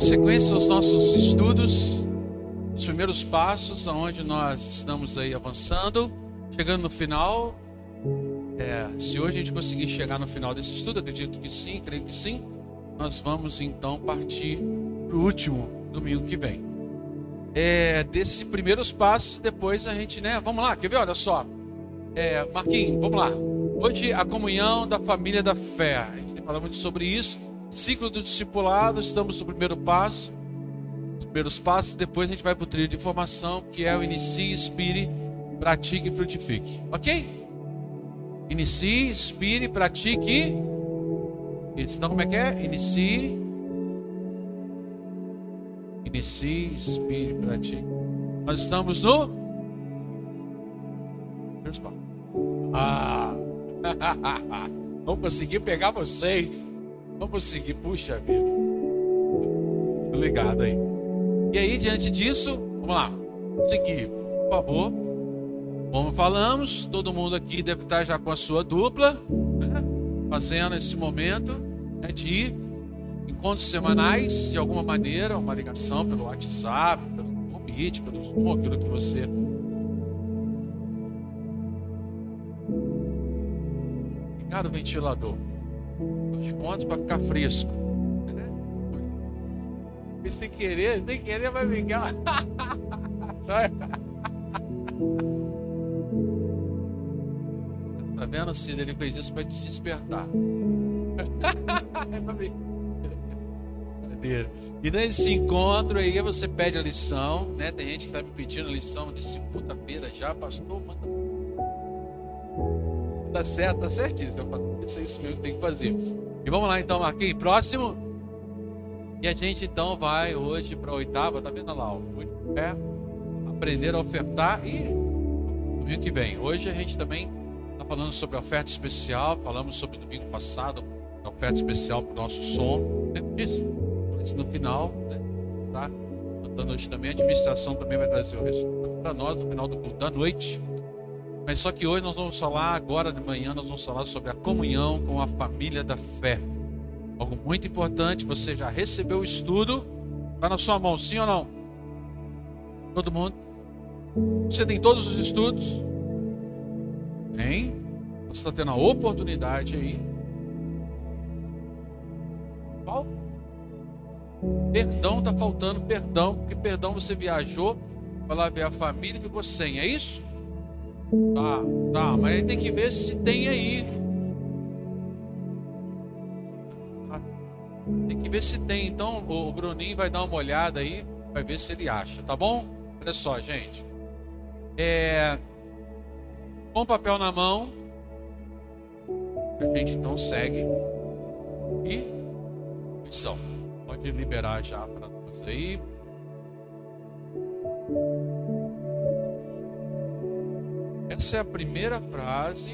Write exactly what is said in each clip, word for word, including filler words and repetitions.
sequência aos nossos estudos, os primeiros passos, aonde nós estamos aí avançando, chegando no final. É, se hoje a gente conseguir chegar no final desse estudo, acredito que sim, creio que sim, nós vamos então partir para o último domingo que vem. É, desses primeiros passos, depois a gente, né, vamos lá, quer ver? Olha só, é, Marquinhos, vamos lá. Hoje a comunhão da família da fé, a gente tem falado muito sobre isso, ciclo do discipulado, estamos no primeiro passo, os primeiros passos, depois a gente vai para o trilho de informação, que é o inicie, inspire, pratique e frutifique, ok? Inicie, inspire, pratique. Isso. Então como é que é? Inicie. Inicie, inspire, pratique. Nós estamos no... Ah! Vamos conseguir pegar vocês. Vamos conseguir. Puxa vida. Tô ligado aí. E aí, diante disso, vamos lá. Seguir, por favor. Como falamos, todo mundo aqui deve estar já com a sua dupla, né? Fazendo esse momento, né, de encontros semanais, de alguma maneira, uma ligação pelo WhatsApp, pelo Meet, pelo Zoom, aquilo que você... Ligar o ventilador. Os pontos para ficar fresco. Né? E sem querer, sem querer vai ligar. Tá vendo, Cida? Ele fez isso para te despertar. E nesse encontro aí você pede a lição, né? Tem gente que tá me pedindo a lição de segunda-feira já, pastor, manda. Tá certo, tá certíssimo. Isso é isso mesmo que tem que fazer. E vamos lá então, Marquinhos, próximo. E a gente então vai hoje para a oitava, tá vendo lá? É aprender a ofertar e domingo que vem. Hoje a gente também está falando sobre a oferta especial, falamos sobre domingo passado, a oferta especial para o nosso som. Lembra disso? Mas no final, né? Tá? Então hoje também a administração também vai trazer o resultado para nós no final do culto da noite. Mas só que hoje nós vamos falar, agora de manhã, nós vamos falar sobre a comunhão com a família da fé. Algo muito importante, você já recebeu o estudo, está na sua mão, sim ou não? Todo mundo? Você tem todos os estudos? Tem? Você está tendo a oportunidade aí. Qual? Perdão, está faltando perdão, porque perdão você viajou, foi lá ver a família e ficou sem, é isso? Tá, tá, mas tem que ver se tem aí. Tem que ver se tem. Então o Bruninho vai dar uma olhada aí, vai ver se ele acha, tá bom? Olha só, gente. É... Com o papel na mão, a gente então segue. E missão. Pode liberar já para nós aí. Essa é a primeira frase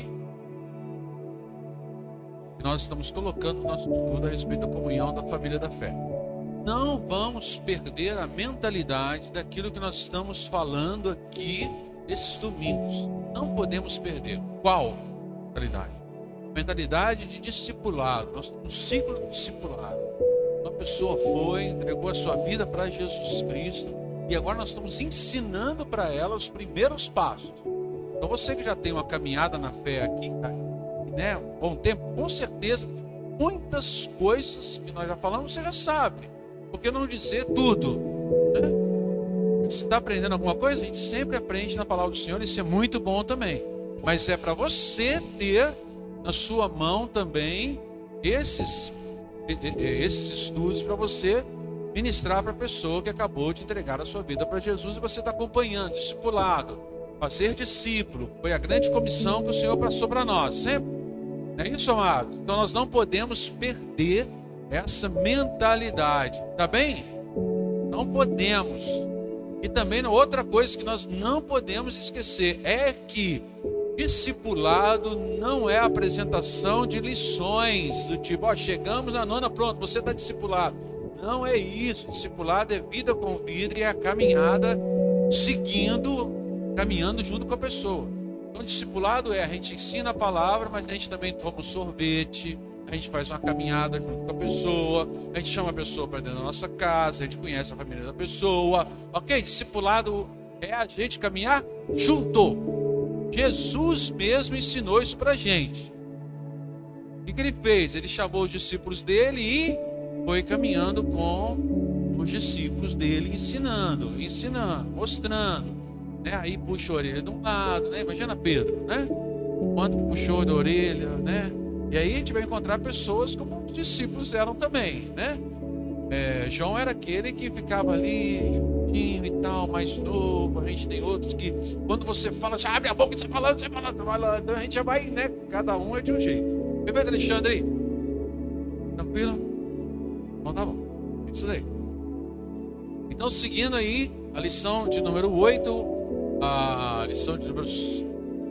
que nós estamos colocando no nosso estudo a respeito da comunhão da família da fé. Não vamos perder a mentalidade daquilo que nós estamos falando aqui nesses domingos. Não podemos perder. Qual mentalidade? Mentalidade de discipulado. Nós temos um ciclo de discipulado. Uma pessoa foi, entregou a sua vida para Jesus Cristo e agora nós estamos ensinando para ela os primeiros passos. Então você que já tem uma caminhada na fé aqui, né, um bom tempo, com certeza, muitas coisas que nós já falamos, você já sabe. Por que não dizer tudo? Né? Se está aprendendo alguma coisa, a gente sempre aprende na palavra do Senhor, isso é muito bom também. Mas é para você ter na sua mão também esses, esses estudos para você ministrar para a pessoa que acabou de entregar a sua vida para Jesus e você está acompanhando, discipulado. Fazer discípulo, foi a grande comissão que o Senhor passou para nós, sempre. É isso, amado? Então nós não podemos perder essa mentalidade, tá bem? Não podemos. E também outra coisa que nós não podemos esquecer é que discipulado não é apresentação de lições, do tipo, ó, chegamos na nona, pronto, você está discipulado. Não é isso, discipulado é vida com vida e é a caminhada seguindo caminhando junto com a pessoa. Então, discipulado é a gente ensina a palavra, mas a gente também toma um sorvete, a gente faz uma caminhada junto com a pessoa, a gente chama a pessoa para dentro da nossa casa, a gente conhece a família da pessoa, ok? Discipulado é a gente caminhar junto. Jesus mesmo ensinou isso para a gente. O que, que ele fez? Ele chamou os discípulos dele e foi caminhando com os discípulos dele, ensinando, ensinando, mostrando, né? Aí puxa a orelha de um lado, né? Imagina Pedro, né? Quanto que puxou da orelha, né? E aí a gente vai encontrar pessoas como os discípulos eram também, né? É, João era aquele que ficava ali juntinho e tal, mais novo. A gente tem outros que, quando você fala, já abre a boca e você falando, você falando, você falando. Então a gente já vai, né? Cada um é de um jeito. Perfeito, Alexandre? Tranquilo? Então tá bom. É isso daí. Então, seguindo aí a lição de número oito, a lição de número sete.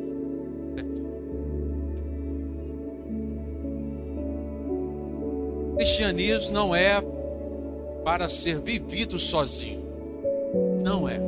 Cristianismo não é para ser vivido sozinho. Não é.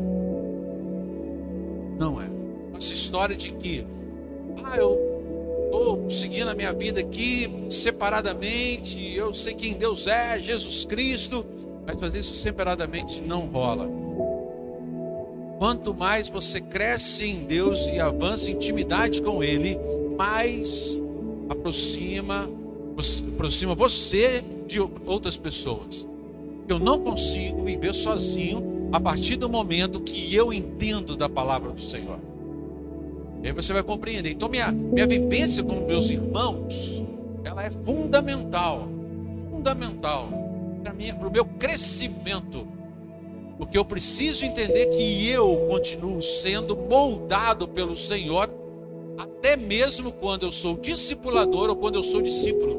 Não é. Essa história de que, ah, eu estou seguindo a minha vida aqui separadamente, eu sei quem Deus é, Jesus Cristo, mas fazer isso separadamente não rola. Quanto mais você cresce em Deus e avança em intimidade com Ele, mais aproxima, aproxima você de outras pessoas. Eu não consigo viver sozinho a partir do momento que eu entendo da palavra do Senhor. E aí você vai compreender. Então minha, minha vivência com meus irmãos, ela é fundamental, fundamental para o meu crescimento. Porque eu preciso entender que eu continuo sendo moldado pelo Senhor, até mesmo quando eu sou discipulador ou quando eu sou discípulo.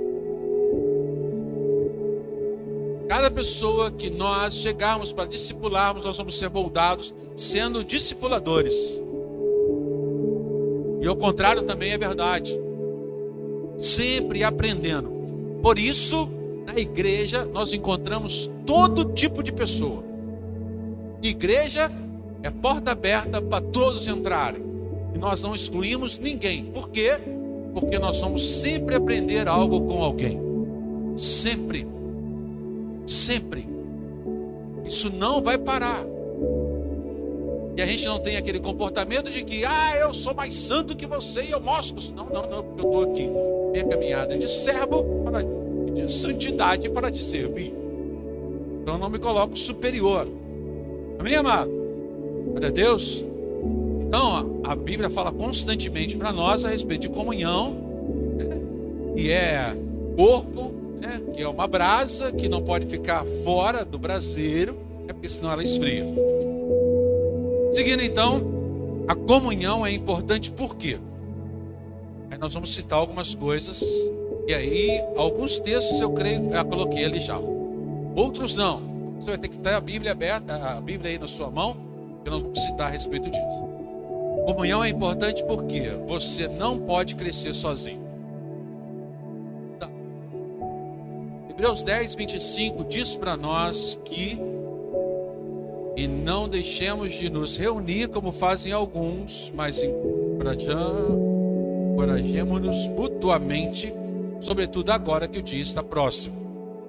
Cada pessoa que nós chegarmos para discipularmos, nós vamos ser moldados sendo discipuladores. E ao contrário também é verdade. Sempre aprendendo. Por isso, na igreja, nós encontramos todo tipo de pessoa. Igreja é porta aberta para todos entrarem. E nós não excluímos ninguém. Por quê? Porque nós vamos sempre aprender algo com alguém. Sempre. Sempre. Isso não vai parar. E a gente não tem aquele comportamento de que, ah, eu sou mais santo que você e eu mostro. Não, não, não, porque eu estou aqui. Minha caminhada de servo para de santidade para te servir. Então eu não me coloco superior. Amém, amado? Glória a Deus. Então, a Bíblia fala constantemente para nós a respeito de comunhão, né? Que é corpo, né? Que é uma brasa que não pode ficar fora do braseiro, né? Porque senão ela esfria. Seguindo então, a comunhão é importante por quê? Aí nós vamos citar algumas coisas, e aí alguns textos eu creio, eu coloquei ali já. Outros não. Você vai ter que ter a Bíblia aberta, a Bíblia aí na sua mão, que nós vamos citar a respeito disso. Comunhão é importante porque você não pode crescer sozinho. Tá. Hebreus dez, vinte e cinco diz para nós que e não deixemos de nos reunir como fazem alguns, mas encorajemo-nos mutuamente, sobretudo agora que o dia está próximo.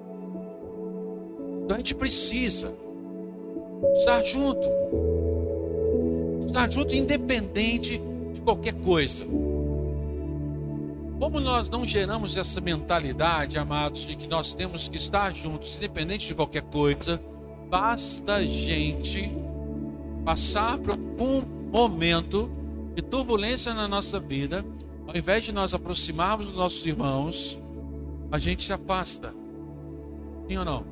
Então a gente precisa estar junto. Estar junto independente de qualquer coisa. Como nós não geramos essa mentalidade, amados, de que nós temos que estar juntos independente de qualquer coisa, basta a gente passar por um momento de turbulência na nossa vida, ao invés de nós aproximarmos dos nossos irmãos, a gente se afasta. Sim ou não?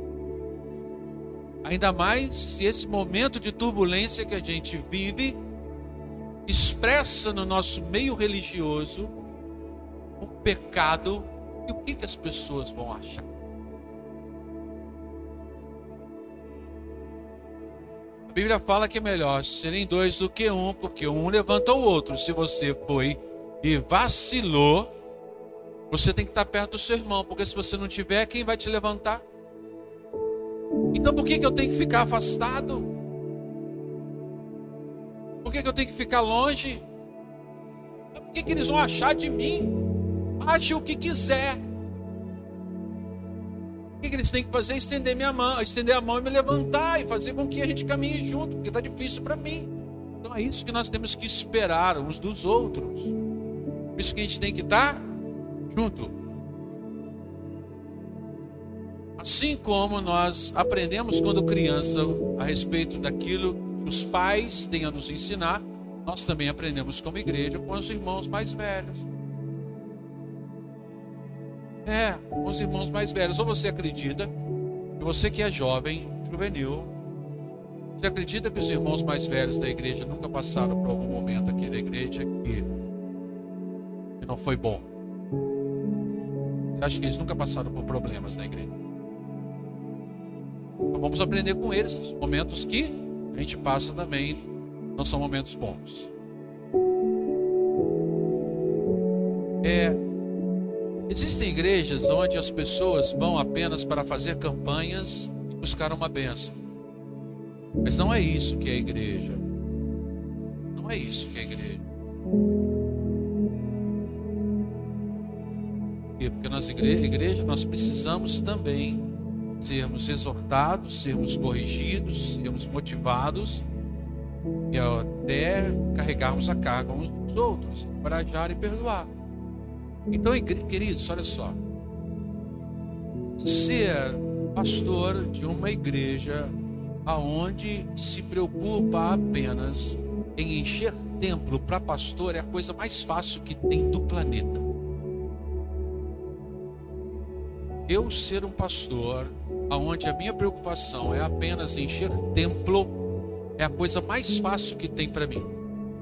Ainda mais se esse momento de turbulência que a gente vive expressa no nosso meio religioso um pecado, e o que, que as pessoas vão achar? A Bíblia fala que é melhor serem dois do que um, porque um levanta o outro. Se você foi e vacilou, você tem que estar perto do seu irmão, porque se você não tiver, quem vai te levantar? Então por que, que eu tenho que ficar afastado? Por que, que eu tenho que ficar longe? Por que, que eles vão achar de mim? Ache o que quiser. O que eles têm que fazer? Estender minha mão, estender a mão e me levantar e fazer com que a gente caminhe junto, porque está difícil para mim. Então é isso que nós temos que esperar uns dos outros. Por isso que a gente tem que estar junto. Assim como nós aprendemos quando criança a respeito daquilo que os pais têm a nos ensinar, nós também aprendemos como igreja com os irmãos mais velhos. É, com os irmãos mais velhos. Ou você acredita, que você que é jovem, juvenil, você acredita que os irmãos mais velhos da igreja nunca passaram por algum momento aqui da igreja que, que não foi bom? Você acha que eles nunca passaram por problemas na igreja? Então vamos aprender com eles os momentos que a gente passa também não são momentos bons. É, existem igrejas onde as pessoas vão apenas para fazer campanhas e buscar uma bênção. Mas não é isso que é a igreja. Não é isso que é a igreja. Porque nas igre- igrejas nós precisamos também sermos exortados, sermos corrigidos, sermos motivados e até carregarmos a carga uns dos outros, encorajar e perdoar. Então, queridos, olha só. Ser pastor de uma igreja aonde se preocupa apenas em encher templo para pastor é a coisa mais fácil que tem do planeta. Eu ser um pastor aonde a minha preocupação é apenas encher templo é a coisa mais fácil que tem para mim.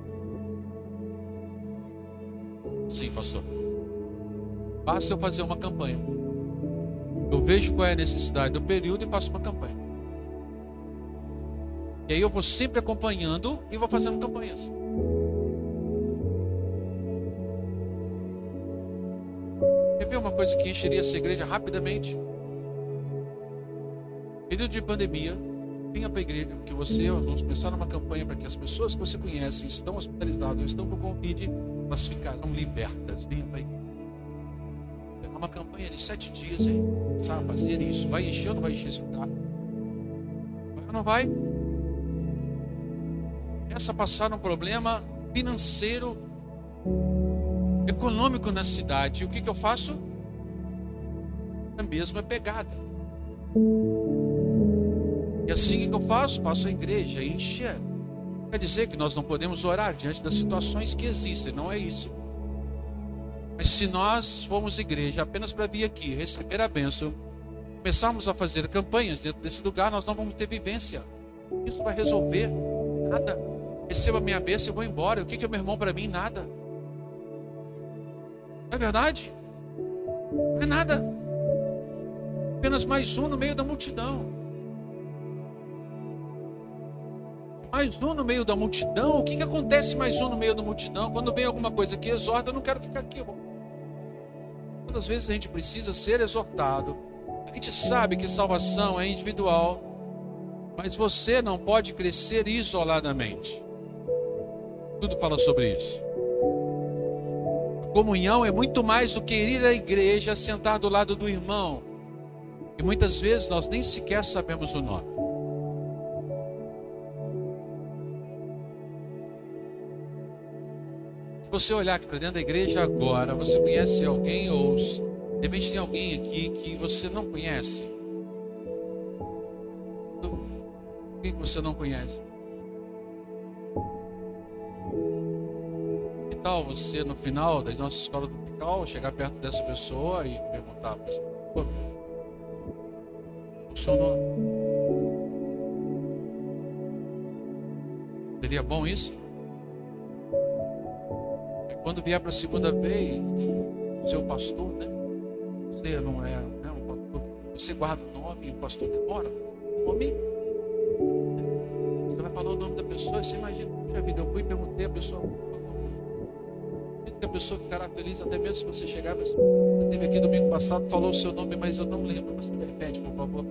Sim, pastor. Basta eu fazer uma campanha. Eu vejo qual é a necessidade do período e faço uma campanha. E aí eu vou sempre acompanhando e vou fazendo campanhas. Quer ver uma coisa que encheria essa igreja rapidamente? Período de pandemia, venha para a igreja, que você, nós vamos começar uma campanha para que as pessoas que você conhece estão hospitalizadas, estão com Covid, elas ficarão libertas. Venha para a igreja. É uma campanha de sete dias, hein? Começar a fazer isso. Vai encher ou não vai encher esse lugar? Vai ou não vai? Começa a passar um problema financeiro, econômico na cidade. E o que, que eu faço? A mesma pegada. E assim que eu faço? Passo a igreja, encher. Quer dizer que nós não podemos orar diante das situações que existem, não é isso. Mas se nós formos igreja apenas para vir aqui, receber a bênção, começarmos a fazer campanhas dentro desse lugar, nós não vamos ter vivência. Isso vai resolver nada. Receba a minha bênção e vou embora. O que é meu irmão para mim? Nada. Não é verdade? Não é nada. Apenas mais um no meio da multidão. Mais um no meio da multidão. O que, que acontece mais um no meio da multidão? Quando vem alguma coisa que exorta, eu não quero ficar aqui. Todas as vezes a gente precisa ser exortado. A gente sabe que salvação é individual, mas você não pode crescer isoladamente. Tudo fala sobre isso. A comunhão é muito mais do que ir à igreja, sentar do lado do irmão. E muitas vezes nós nem sequer sabemos o nome. Se você olhar aqui para dentro da igreja agora, você conhece alguém ou de repente tem alguém aqui que você não conhece? Quem que você não conhece? Que tal você no final da nossa escola dominical chegar perto dessa pessoa e perguntar para essa pessoa o seu nome? Seria bom isso? Quando vier para a segunda vez, o seu pastor, né? Você não é, né, um pastor. Você guarda o nome e o pastor demora. O nome? Você vai falar o nome da pessoa. Você imagina, puxa vida, eu fui e perguntei a pessoa. Que a pessoa ficará feliz até mesmo se você chegar. Você esteve aqui domingo passado, falou o seu nome, mas eu não lembro. Você repete, por favor.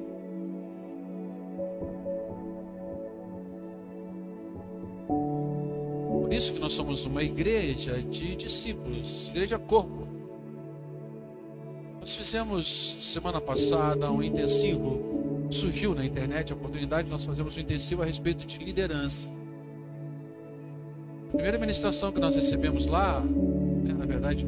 Por isso que nós somos uma igreja de discípulos, igreja corpo. Nós fizemos semana passada um intensivo, surgiu na internet a oportunidade de nós fazermos um intensivo a respeito de liderança. A primeira ministração que nós recebemos lá, né, na verdade,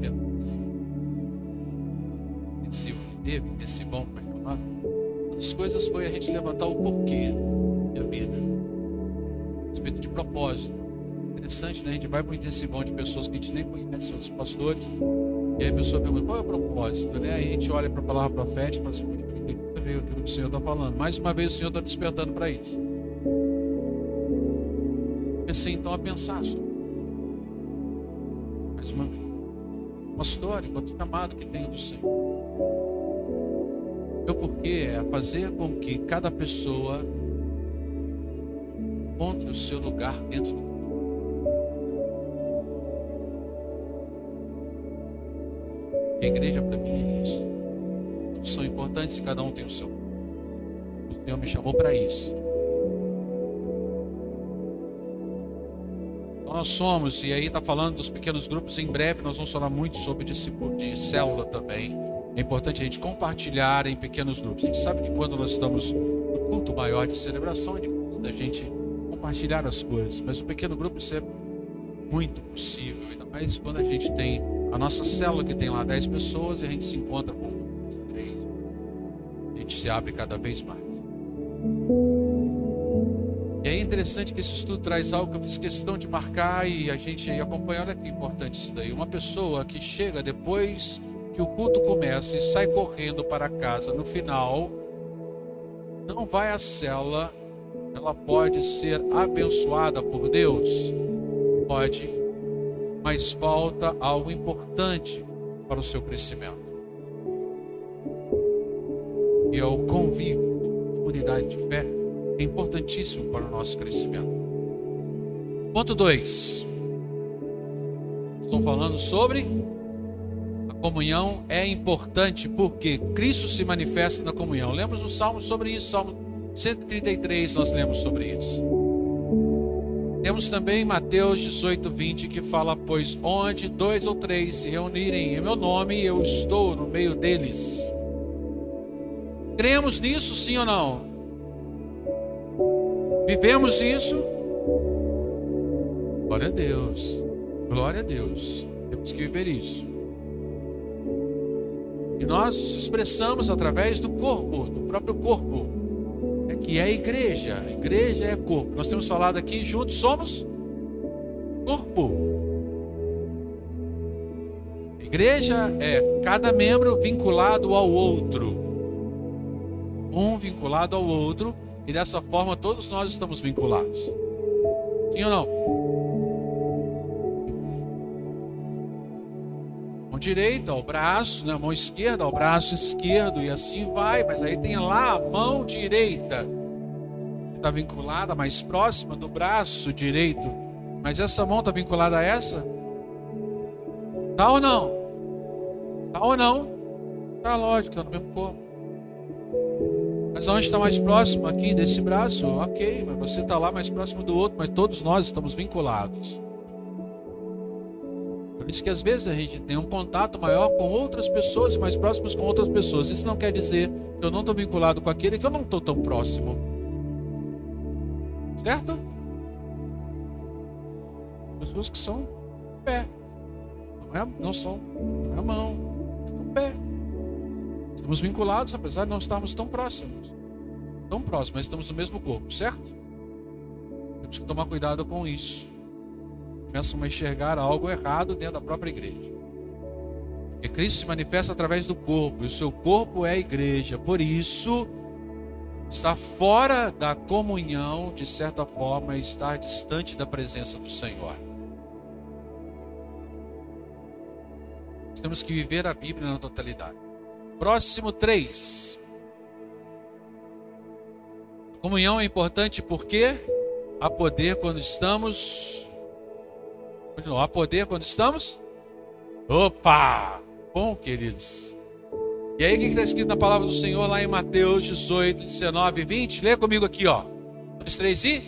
intensivo que teve, intensivão para chamar, uma das coisas foi a gente levantar o porquê da vida, a respeito de propósito. Interessante, né? A gente vai para um intensivão de pessoas que a gente nem conhece, outros pastores, e aí a pessoa pergunta, qual é o propósito, né? Aí a gente olha para a palavra profética e fala assim, poxa, tem que ver aquilo que o Senhor está falando. Mais uma vez o Senhor está despertando para isso. Comecei então a pensar sobre mais uma, uma história, um chamado que tenho do Senhor. Meu porquê é fazer com que cada pessoa encontre o seu lugar dentro do A igreja para mim é isso. Todos são importantes e cada um tem o seu. O Senhor me chamou para isso. Então nós somos, e aí está falando dos pequenos grupos, em breve nós vamos falar muito sobre discípulo de célula também. É importante a gente compartilhar em pequenos grupos. A gente sabe que quando nós estamos no culto maior de celebração, é difícil da gente compartilhar as coisas, mas o pequeno grupo isso é muito possível, ainda mais quando a gente tem a nossa célula que tem lá dez pessoas e a gente se encontra com três. A gente se abre cada vez mais. E é interessante que esse estudo traz algo que eu fiz questão de marcar e a gente acompanha. Olha que importante isso daí. Uma pessoa que chega depois que o culto começa e sai correndo para casa no final, não vai à célula, ela pode ser abençoada por Deus? Pode, mas falta algo importante para o seu crescimento. E é o convívio, a comunidade de fé, é importantíssimo para o nosso crescimento. Ponto dois. Estou falando sobre a comunhão é importante porque Cristo se manifesta na comunhão. Lemos no Salmo sobre isso, Salmo cento e trinta e três, nós lemos sobre isso. Temos também Mateus dezoito, vinte, que fala, pois onde dois ou três se reunirem em meu nome, eu estou no meio deles. Cremos nisso, sim ou não? Vivemos isso? Glória a Deus. Glória a Deus. Temos que viver isso. E nós expressamos através do corpo, do próprio corpo. Que é a igreja, a igreja é corpo. Nós temos falado aqui, juntos somos corpo. A igreja é cada membro vinculado ao outro, um vinculado ao outro, e dessa forma todos nós estamos vinculados. Sim ou não? Mão direita ao braço, né? Mão esquerda ao braço esquerdo, e assim vai, mas aí tem lá a mão direita, que está vinculada, mais próxima do braço direito, mas essa mão está vinculada a essa? Tá ou não? Tá ou não? Tá, lógico, está no mesmo corpo. Mas onde está mais próximo aqui desse braço? Ok, mas você está lá mais próximo do outro, mas todos nós estamos vinculados. Por isso que às vezes a gente tem um contato maior com outras pessoas, mais próximas com outras pessoas. Isso não quer dizer que eu não estou vinculado com aquele que eu não estou tão próximo. Certo? Pessoas que são pé. Não, é, não são não é a mão, é o pé. Estamos vinculados, apesar de não estarmos tão próximos. Tão próximos, mas estamos no mesmo corpo, certo? Temos que tomar cuidado com isso. Começam a enxergar algo errado dentro da própria igreja. Porque Cristo se manifesta através do corpo, e o seu corpo é a igreja. Por isso, estar fora da comunhão, de certa forma, é estar distante da presença do Senhor. Nós temos que viver a Bíblia na totalidade. Próximo três. Comunhão é importante porque há poder quando estamos... Há poder quando estamos? Opa! Bom, queridos. E aí, o que está escrito na palavra do Senhor lá em Mateus dezoito, dezenove e vinte? Lê comigo aqui, ó. Dois, três e...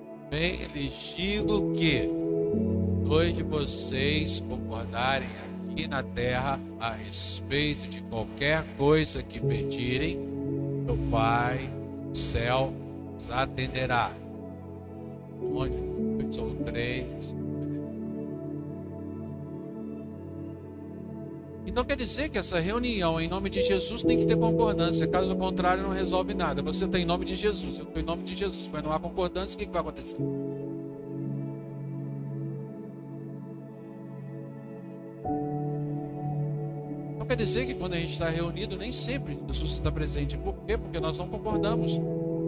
Bem, lhes digo que dois de vocês concordarem aqui e na terra a respeito de qualquer coisa que pedirem, meu Pai do céu os atenderá. Onde dois ou três. Então quer dizer que essa reunião em nome de Jesus tem que ter concordância, caso contrário não resolve nada. Você está em nome de Jesus, eu estou em nome de Jesus, mas não há concordância, o que, que vai acontecer? Então quer dizer que quando a gente está reunido, nem sempre Jesus está presente. Por quê? Porque nós não concordamos.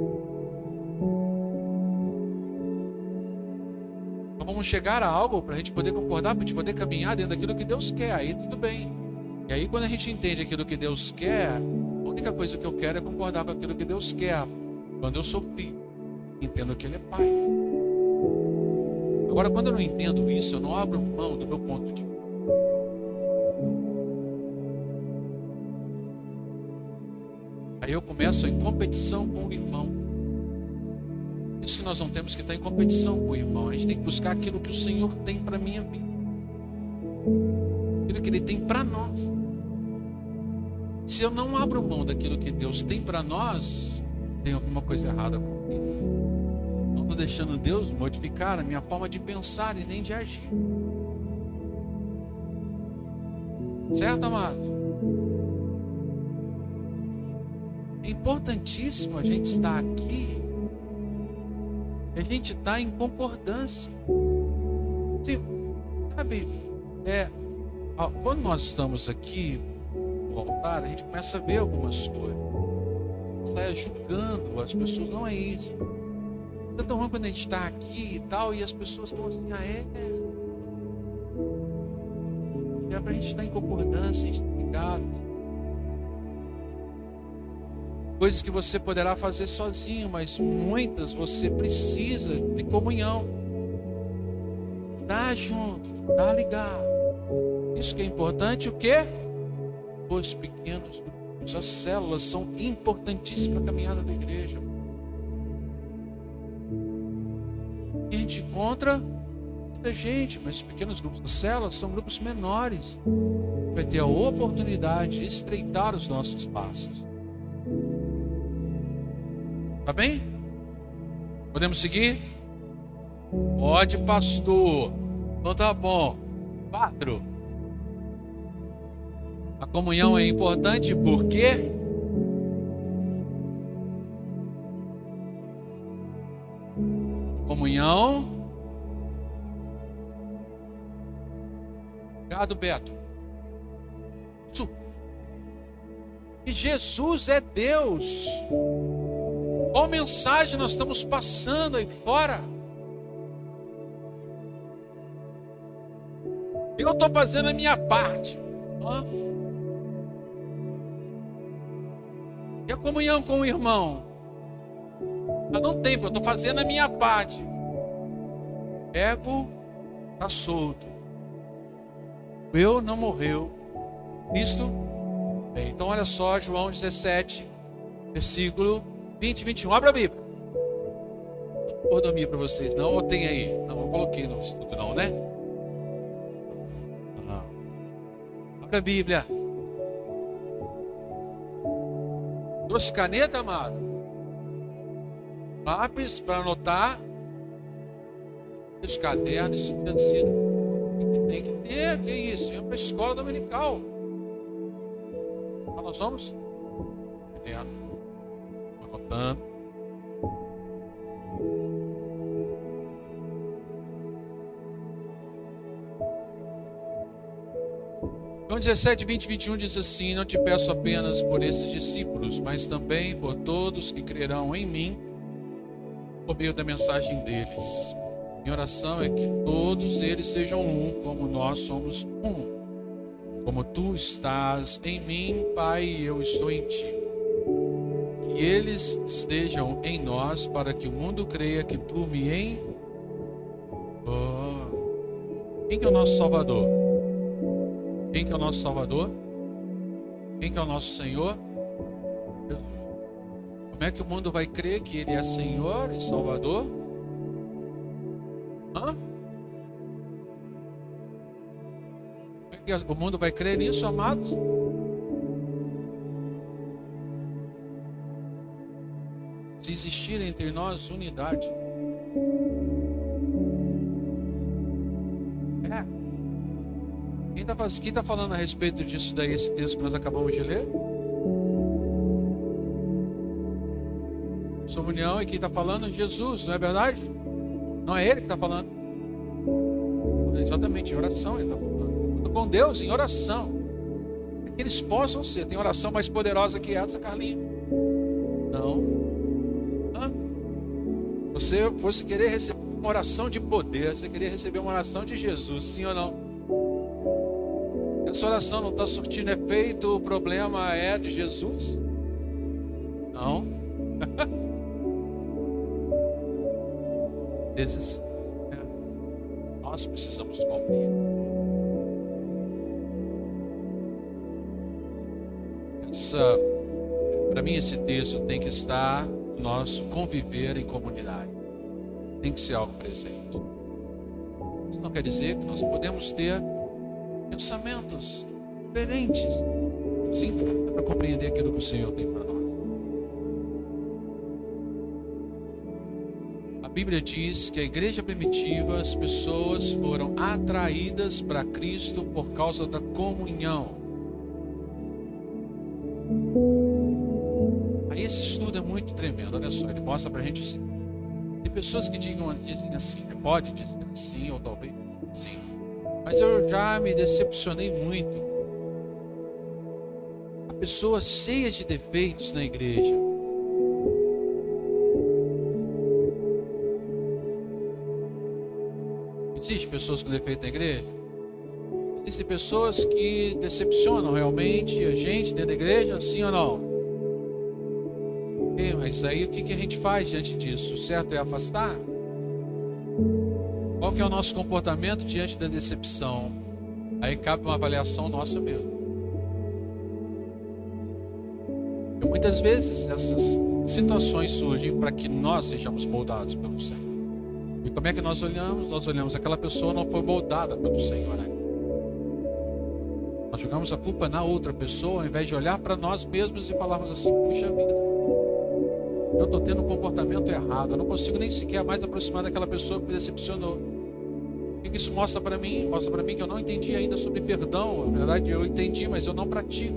Então vamos chegar a algo para a gente poder concordar, para a gente poder caminhar dentro daquilo que Deus quer, aí tudo bem. E aí quando a gente entende aquilo que Deus quer, a única coisa que eu quero é concordar com aquilo que Deus quer. Quando eu sou filho, entendo que Ele é Pai. Agora, quando eu não entendo isso, eu não abro mão do meu ponto de vista. Aí eu começo em competição com o irmão. Isso que nós não temos que estar em competição com o irmão. A gente tem que buscar aquilo que o Senhor tem para a minha vida. Aquilo que Ele tem para nós. Se eu não abro mão daquilo que Deus tem para nós, tem alguma coisa errada comigo. Não estou deixando Deus modificar a minha forma de pensar e nem de agir. Certo, amado? É importantíssimo a gente estar aqui. A gente está em concordância. Sim, sabe, é, quando nós estamos aqui no altar, a gente começa a ver algumas coisas. Sai julgando as pessoas, não é isso. É tão ruim quando a gente está aqui e tal, e as pessoas estão assim, ah, é. É para a gente estar em concordância, a gente está ligado. Coisas que você poderá fazer sozinho, mas muitas você precisa de comunhão. Tá junto, tá ligado. Isso que é importante, o quê? Os pequenos grupos, as células são importantíssimas para a caminhada da igreja. E a gente encontra muita gente, mas os pequenos grupos, as células são grupos menores. Vai ter a oportunidade de estreitar os nossos passos. Tá bem? Podemos seguir? Pode, pastor. Então tá bom. Quatro. A comunhão é importante porque comunhão. Obrigado, Beto. E Jesus é Deus. Qual mensagem nós estamos passando aí fora? Eu estou fazendo a minha parte. E a comunhão com o irmão? Eu não tenho, eu estou fazendo a minha parte. Ego está solto. O eu não morreu. Cristo? Bem, então olha só, João dezessete, versículo vinte e vinte e um. Abra a Bíblia. Não vou dormir para vocês, não? Ou tem aí? Não, eu coloquei no estudo, não, né? Não. Abra a Bíblia. Trouxe caneta, amado? Lápis para anotar. Os cadernos, isso precisa. Tem que ter, que é isso? É para a escola dominical. Então nós vamos? Entendo. Anotando. João dezessete, vinte, vinte e um diz assim: não te peço apenas por esses discípulos, mas também por todos que crerão em mim por meio da mensagem deles. Minha oração é que todos eles sejam um, como nós somos um. Como tu estás em mim, Pai, e eu estou em ti. Que eles estejam em nós, para que o mundo creia que tu me em... Oh. Quem que é o nosso Salvador? Quem que é o nosso Salvador? Quem que é o nosso Senhor? Jesus. Como é que o mundo vai crer que Ele é Senhor e Salvador? Hã? Como é E o mundo vai crer nisso, amados? Se existir entre nós unidade. É. Quem está quem tá falando a respeito disso daí, esse texto que nós acabamos de ler? Sobre união, e quem está falando? Jesus, não é verdade? Não é ele que está falando. Exatamente, em oração ele está falando. Com Deus, em oração. É que eles possam ser. Tem oração mais poderosa que essa, Carlinhos? Não. Hã? Você fosse querer receber uma oração de poder, você queria receber uma oração de Jesus, sim ou não? Essa oração não está surtindo efeito, o problema é de Jesus? Não. Às vezes, é, nós precisamos compreender. Essa, para mim, esse texto tem que estar no nosso conviver em comunidade. Tem que ser algo presente. Isso não quer dizer que nós podemos ter pensamentos diferentes. Sim, para compreender aquilo que o Senhor tem para nós. A Bíblia diz que a igreja primitiva, as pessoas foram atraídas para Cristo por causa da comunhão. Aí esse estudo é muito tremendo, olha só, ele mostra para a gente assim. Tem pessoas que digam, dizem assim, pode dizer assim, ou talvez sim, mas eu já me decepcionei muito. Há pessoas cheias de defeitos na igreja. Existem pessoas com defeito na igreja? Existem pessoas que decepcionam realmente a gente dentro da igreja, sim ou não? E, mas aí o que, que a gente faz diante disso? O certo é afastar? Qual que é o nosso comportamento diante da decepção? Aí cabe uma avaliação nossa mesmo. E muitas vezes essas situações surgem para que nós sejamos moldados pelo Senhor. E como é que nós olhamos? Nós olhamos, aquela pessoa não foi moldada pelo Senhor, né? Nós jogamos a culpa na outra pessoa, ao invés de olhar para nós mesmos e falarmos assim, puxa vida, eu estou tendo um comportamento errado, eu não consigo nem sequer mais aproximar daquela pessoa que me decepcionou. O que isso mostra para mim? Mostra para mim que eu não entendi ainda sobre perdão. Na verdade eu entendi, mas eu não pratico.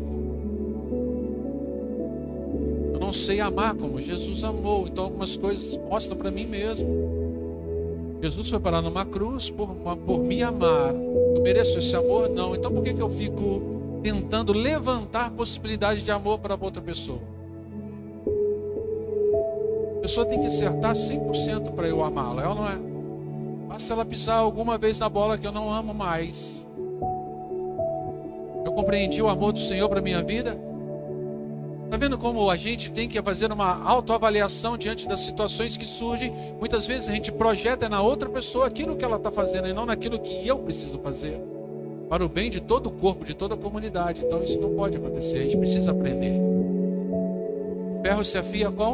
Eu não sei amar como Jesus amou. Então algumas coisas mostram para mim mesmo. Jesus foi parar numa cruz por, por me amar. Eu mereço esse amor? Não. Então por que, que eu fico tentando levantar possibilidade de amor para outra pessoa? A pessoa tem que acertar cem por cento para eu amá-la, é ou não é? Basta ela pisar alguma vez na bola que eu não amo mais. Eu compreendi o amor do Senhor para a minha vida? Está vendo como a gente tem que fazer uma autoavaliação diante das situações que surgem? Muitas vezes a gente projeta na outra pessoa aquilo que ela está fazendo e não naquilo que eu preciso fazer. Para o bem de todo o corpo, de toda a comunidade. Então isso não pode acontecer, a gente precisa aprender. O ferro se afia com...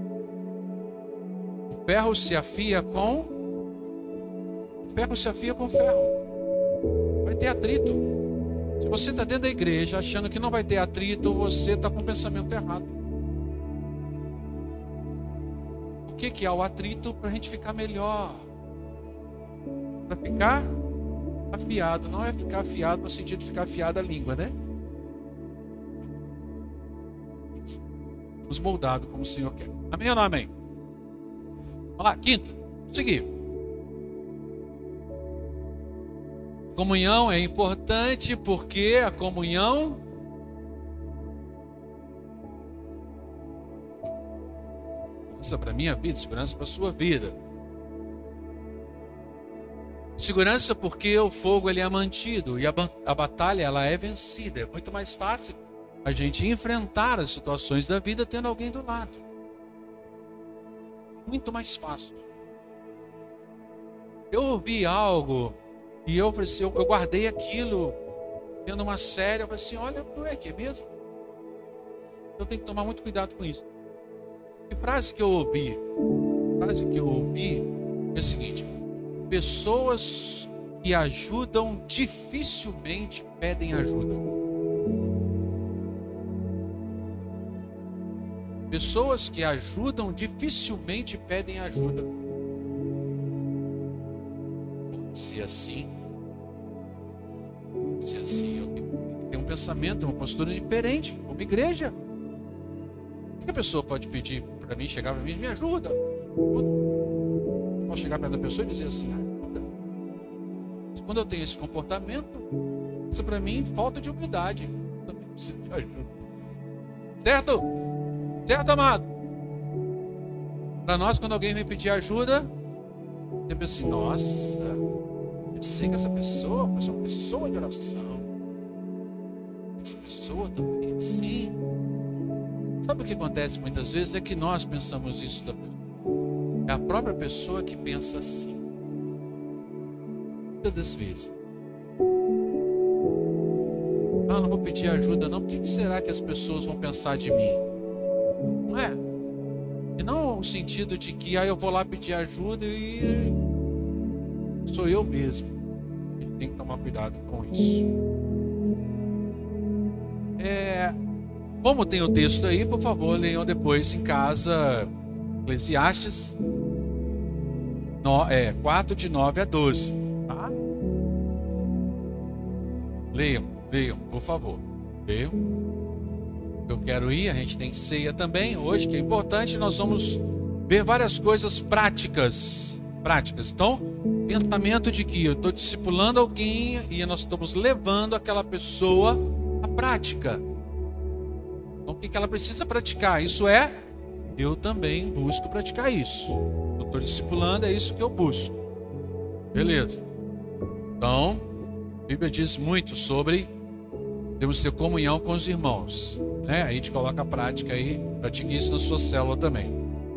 O ferro se afia com... O ferro se afia com ferro. Vai ter atrito. Se você está dentro da igreja achando que não vai ter atrito, você está com o pensamento errado. O que, que é o atrito? Para a gente ficar melhor. Para ficar afiado. Não é ficar afiado no sentido de ficar afiada a língua, né? Nos moldado como o Senhor quer. Amém ou não amém? Vamos lá, quinto. Vamos seguir. Comunhão é importante porque a comunhão segurança para a minha vida, segurança para a sua vida. Segurança porque o fogo ele é mantido e a, a batalha ela é vencida. É muito mais fácil a gente enfrentar as situações da vida tendo alguém do lado. Muito mais fácil. Eu ouvi algo e eu, falei assim, eu, eu guardei aquilo, tendo uma série, eu falei assim, olha, não é que é mesmo? Eu tenho que tomar muito cuidado com isso. Que frase que eu ouvi? A frase que eu ouvi é a seguinte, pessoas que ajudam dificilmente pedem ajuda. Pessoas que ajudam dificilmente pedem ajuda. Pode ser assim. Pode ser assim. Eu tenho que ter um pensamento, uma postura diferente, como igreja. O que a pessoa pode pedir para mim, chegar para mim, me ajuda? Eu posso chegar perto da pessoa e dizer assim, ajuda. Mas quando eu tenho esse comportamento, isso para mim falta de humildade. Eu também preciso de ajuda. Certo? Certo, amado? Para nós, quando alguém vem pedir ajuda, eu penso assim, nossa, eu sei que essa pessoa é uma pessoa de oração. Essa pessoa também é assim. Sabe o que acontece muitas vezes? É que nós pensamos isso da pessoa. É a própria pessoa que pensa assim. Muitas das vezes. Ah, não vou pedir ajuda não. Por que será que as pessoas vão pensar de mim? Não é? E não o sentido de que ah, eu vou lá pedir ajuda e sou eu mesmo. A gente tem que tomar cuidado com isso. É, como tem o texto aí, por favor, leiam depois em casa Eclesiastes no, é, quatro, de nove a doze. Tá? Leiam, leiam, por favor. Leiam. Eu quero ir, a gente tem ceia também hoje, que é importante, nós vamos ver várias coisas práticas, práticas. Então, pensamento de que eu estou discipulando alguém e nós estamos levando aquela pessoa à prática. Então, o que ela precisa praticar? Isso é, eu também busco praticar isso. Eu estou discipulando, é isso que eu busco. Beleza. Então, a Bíblia diz muito sobre temos que ter comunhão com os irmãos. Né? A gente coloca a prática aí, pratique isso na sua célula também.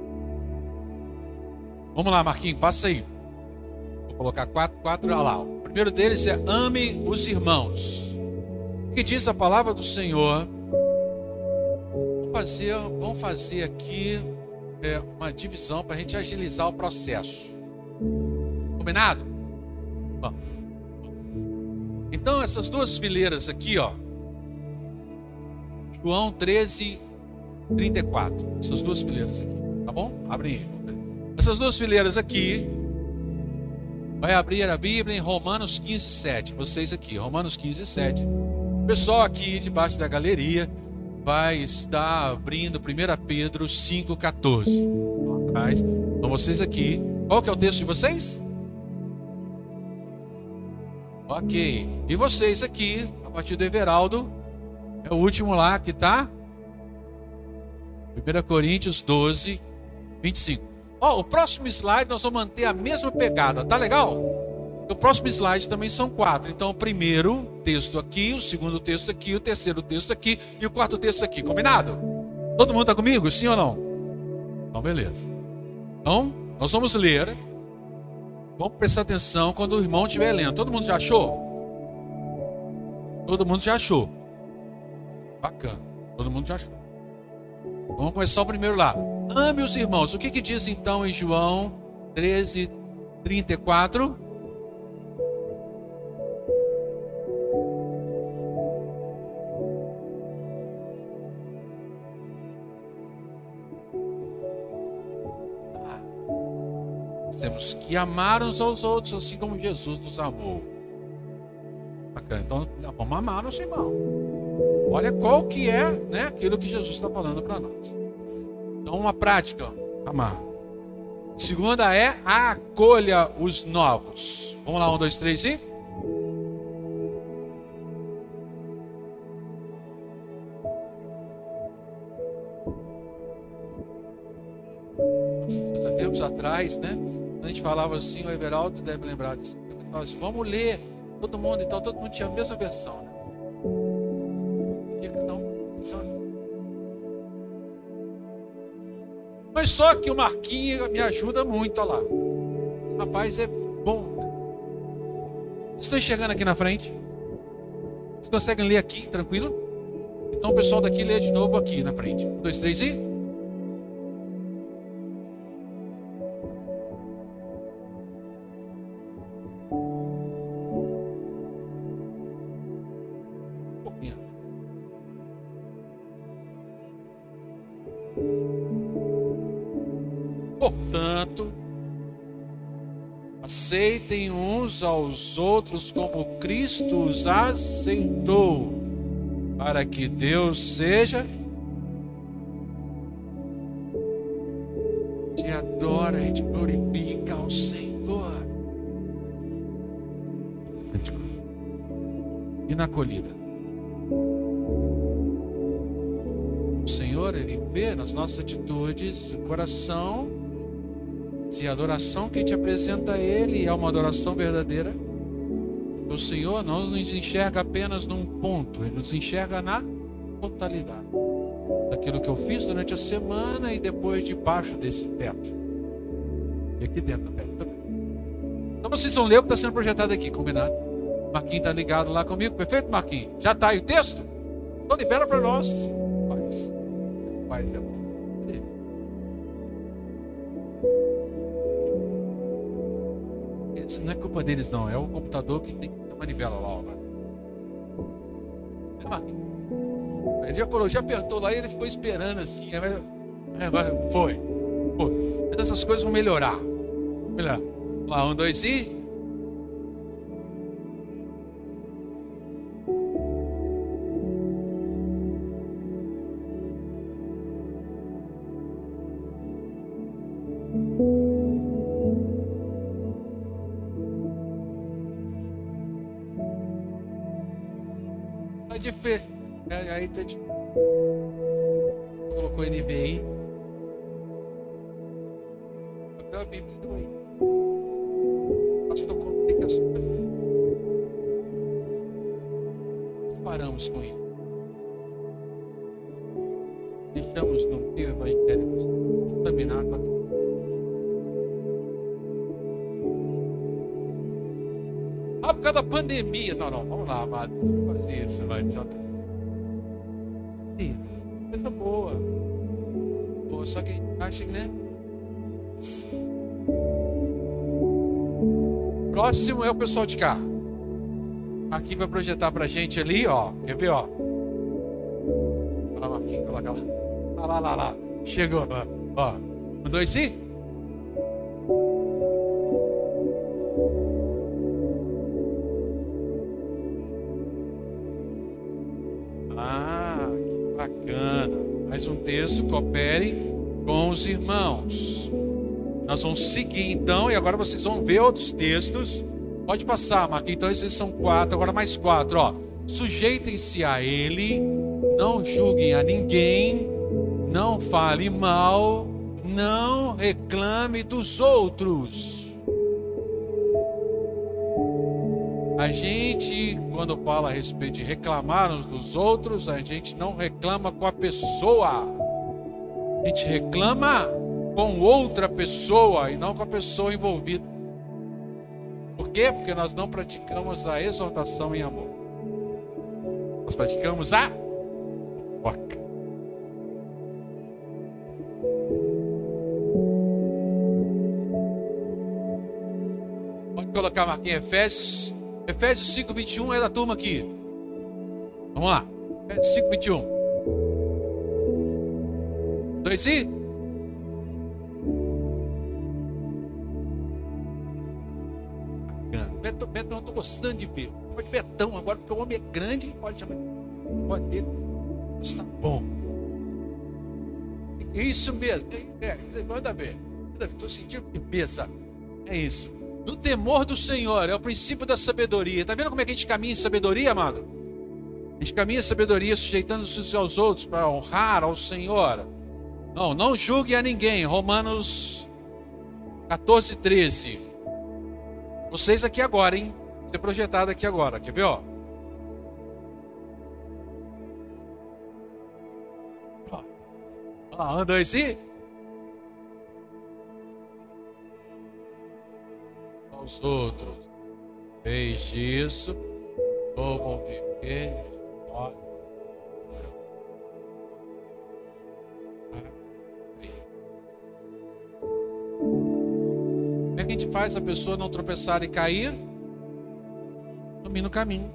Vamos lá, Marquinhos, passa aí. Vou colocar quatro, quatro, olha lá. O primeiro deles é ame os irmãos. O que diz a palavra do Senhor? Vamos fazer, vamos fazer aqui é, uma divisão para a gente agilizar o processo. Combinado? Bom. Então, essas duas fileiras aqui, ó. João treze, trinta e quatro. Essas duas fileiras aqui, tá bom? Abre aí. Essas duas fileiras aqui. Vai abrir a Bíblia em Romanos quinze, sete. Vocês aqui, Romanos quinze, sete. O pessoal aqui debaixo da galeria vai estar abrindo primeiro Pedro cinco, quatorze. Atrás. Então vocês aqui. Qual que é o texto de vocês? Ok. E vocês aqui, a partir do Everaldo. É o último lá que está. primeira Coríntios doze, vinte e cinco. Ó, o próximo slide nós vamos manter a mesma pegada, tá legal? O próximo slide também são quatro. Então, o primeiro texto aqui, o segundo texto aqui, o terceiro texto aqui e o quarto texto aqui. Combinado? Todo mundo está comigo? Sim ou não? Então, beleza. Então, nós vamos ler. Vamos prestar atenção quando o irmão estiver lendo. Todo mundo já achou? Todo mundo já achou. Bacana. Todo mundo já achou. Vamos começar o primeiro lá. Ame os irmãos. O que que diz então em João treze, trinta e quatro? Temos que amar uns aos outros assim como Jesus nos amou. Bacana. Então vamos amar nosso irmão. Olha qual que é, né, aquilo que Jesus está falando para nós. Então, uma prática, amar. Segunda é acolha os novos. Vamos lá, um, dois, três e... Há tempos atrás, né, a gente falava assim, o Everaldo deve lembrar disso. A gente falava assim, vamos ler, todo mundo, então todo mundo tinha a mesma versão, né? Mas só que o Marquinhos me ajuda muito, olha lá. Esse rapaz é bom. Vocês estão enxergando aqui na frente? Vocês conseguem ler aqui, tranquilo? Então o pessoal daqui lê de novo aqui na frente. Um, dois, três e... Portanto, aceitem uns aos outros como Cristo os aceitou, para que Deus seja... A gente adora, a gente glorifica ao Senhor. E na acolhida, o Senhor, Ele vê nas nossas atitudes, o coração, se a adoração que a gente apresenta a Ele é uma adoração verdadeira. O Senhor não nos enxerga apenas num ponto, Ele nos enxerga na totalidade daquilo que eu fiz durante a semana e depois debaixo desse teto. E aqui dentro do teto também. Então vocês vão ler o que está sendo projetado aqui, combinado? Marquinhos está ligado lá comigo, perfeito, Marquinhos? Já está aí o texto? Então libera para nós. Paz. Paz é bom. Isso não é culpa deles, não. É o computador que tem uma manivela lá, ó. É, Marquinhos? Ele já, já apertou lá e ele ficou esperando assim. Foi. Foi. Mas essas coisas vão melhorar. Melhorar. Lá, um, dois e... Tá difícil. Aí tá difícil. Colocou N V I. Abriu a Bíblia aí. Pastor, complicações. Nós paramos com isso. Deixamos no meio evangélico contaminar com aquilo. Ah, por causa da pandemia. Não, não, vamos lá, amado. Deixa eu fazer isso, vai. Coisa boa. Boa. Só que a gente acha que, né? Próximo é o pessoal de cá. Aqui vai projetar pra gente ali, ó. Quer ver, ó? Olha lá, Marquinhos, coloca lá. Olha lá, lá, lá. Chegou, ó. Ó. Um, dois e... Bacana. Mais um texto, coopere com os irmãos. Nós vamos seguir então, e agora vocês vão ver outros textos. Pode passar, Marquinhos. Então esses são quatro, agora mais quatro, ó. Sujeitem-se a Ele, não julguem a ninguém, não fale mal, não reclame dos outros. A gente, quando fala a respeito de reclamar uns dos outros, a gente não reclama com a pessoa. A gente reclama com outra pessoa e não com a pessoa envolvida. Por quê? Porque nós não praticamos a exortação em amor. Nós praticamos a fofoca. Pode colocar a marquinha Efésios. Efésios cinco, vinte e um é da turma aqui. Vamos lá. Efésios cinco, vinte e um. Dois e... Betão, Betão, eu estou gostando de ver. Pode Betão agora, porque o homem é grande. Pode chamar. Pode ter. Está bom. Isso mesmo. É, manda ver. Estou sentindo firmeza. É isso. No temor do Senhor, é o princípio da sabedoria. Está vendo como é que a gente caminha em sabedoria, amado? A gente caminha em sabedoria, sujeitando-se aos outros para honrar ao Senhor. Não, não julgue a ninguém. Romanos quatorze, treze. Vocês aqui agora, hein? Ser projetado aqui agora. Quer ver, ó? Ó, um, dois e... aos outros. Fez isso. Vou viver. Ó. Como é que a gente faz a pessoa não tropeçar e cair? Ilumina o caminho.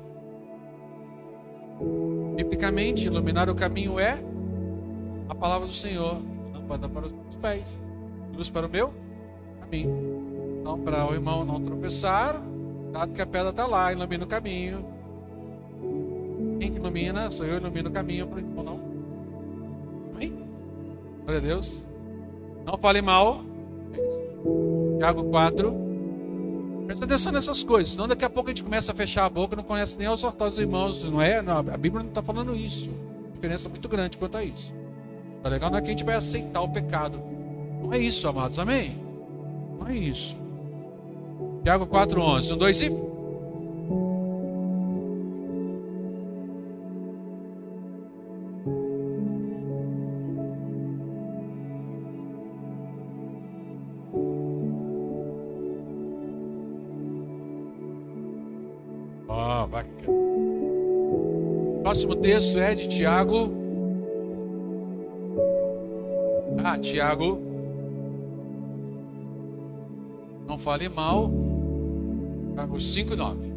Biblicamente, iluminar o caminho é a palavra do Senhor. Lâmpada para os pés, luz para o meu caminho. Então, para o irmão não tropeçar, dado que a pedra está lá, ilumina o caminho. Quem que ilumina? Sou eu, ilumino o caminho para o irmão não. Amém? Glória a Deus. Não fale mal. É isso. Tiago quatro. Presta atenção nessas coisas, senão daqui a pouco a gente começa a fechar a boca e não conhece nem os ortosos irmãos, não é? Não, a Bíblia não está falando isso. Diferença muito grande quanto a isso. Tá legal? Não é que a gente vai aceitar o pecado. Não é isso, amados, amém? Não é isso. Tiago quatro, onze. Um, dois e... Ó, bacana. O próximo texto é de Tiago. Ah, Tiago. Não fale mal. Tiago cinco e nove.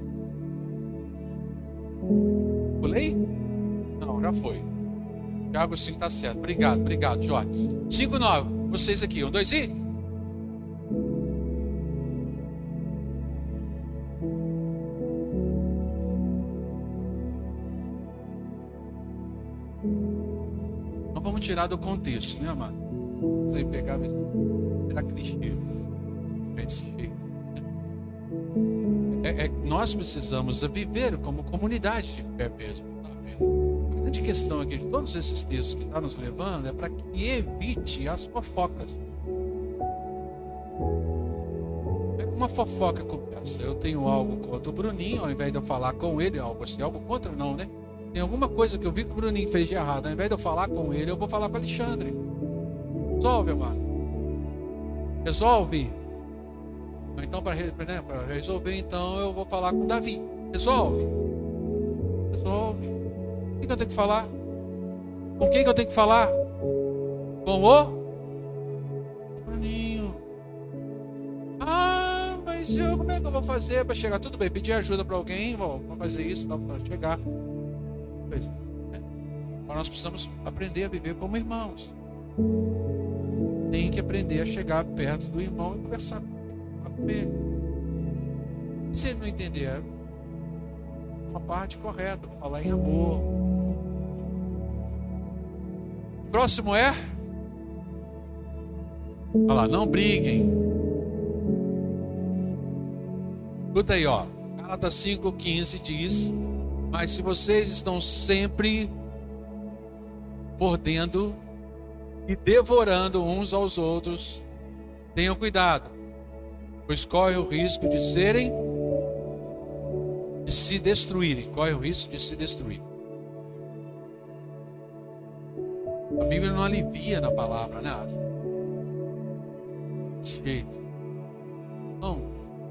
Pulei? Não, já foi. Tiago cinco está certo. Obrigado, obrigado, Jorge. cinco e nove. Vocês aqui. Um, dois e... Não vamos tirar do contexto, né, amado? Você pegar, ver se era clichê. Desse jeito. É, é, nós precisamos viver como comunidade de fé mesmo. Tá vendo? A grande questão aqui de todos esses textos que está nos levando é para que evite as fofocas. É como uma fofoca começa. Eu tenho algo contra o Bruninho, ao invés de eu falar com ele, algo assim, algo contra não, né? Tem alguma coisa que eu vi que o Bruninho fez de errado. Ao invés de eu falar com ele, eu vou falar com o Alexandre. Resolve, amado. Resolve. Então, para né, resolver, então, eu vou falar com o Davi. Resolve. Resolve. O que eu tenho que falar? Com quem que eu tenho que falar? Com o Bruninho. Ah, mas eu, como é que eu vou fazer para chegar? Tudo bem, pedir ajuda para alguém. Vou fazer isso para chegar. Mas nós precisamos aprender a viver como irmãos. Tem que aprender a chegar perto do irmão e conversar com ele. Se ele não entender, é uma parte correta, falar em amor. O próximo é, olha lá, não briguem. Escuta aí, ó. Gálatas cinco, quinze diz: mas se vocês estão sempre mordendo e devorando uns aos outros, tenham cuidado, pois corre o risco de serem, de se destruírem. Corre o risco de se destruir. A Bíblia não alivia na palavra, né? Desse jeito. Não.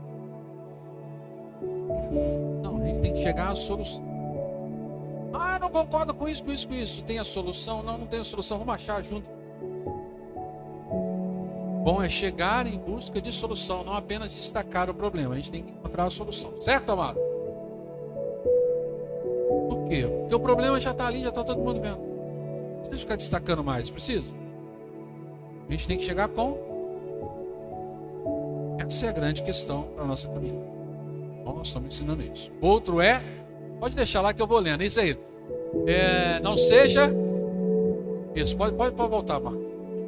Não, a gente tem que chegar à solução. Ah, não concordo com isso, com isso, com isso. Tem a solução? Não, não tem a solução. Vamos achar junto. Bom é chegar em busca de solução, não apenas destacar o problema. A gente tem que encontrar a solução. Certo, amado? Por quê? Porque o problema já está ali, já está todo mundo vendo. Não precisa ficar destacando mais, precisa? A gente tem que chegar com... Essa é a grande questão para a nossa caminhada. Então, nós estamos ensinando isso. Outro é... Pode deixar lá que eu vou lendo. Isso aí. É, não seja... Isso, pode, pode, pode voltar, Marco.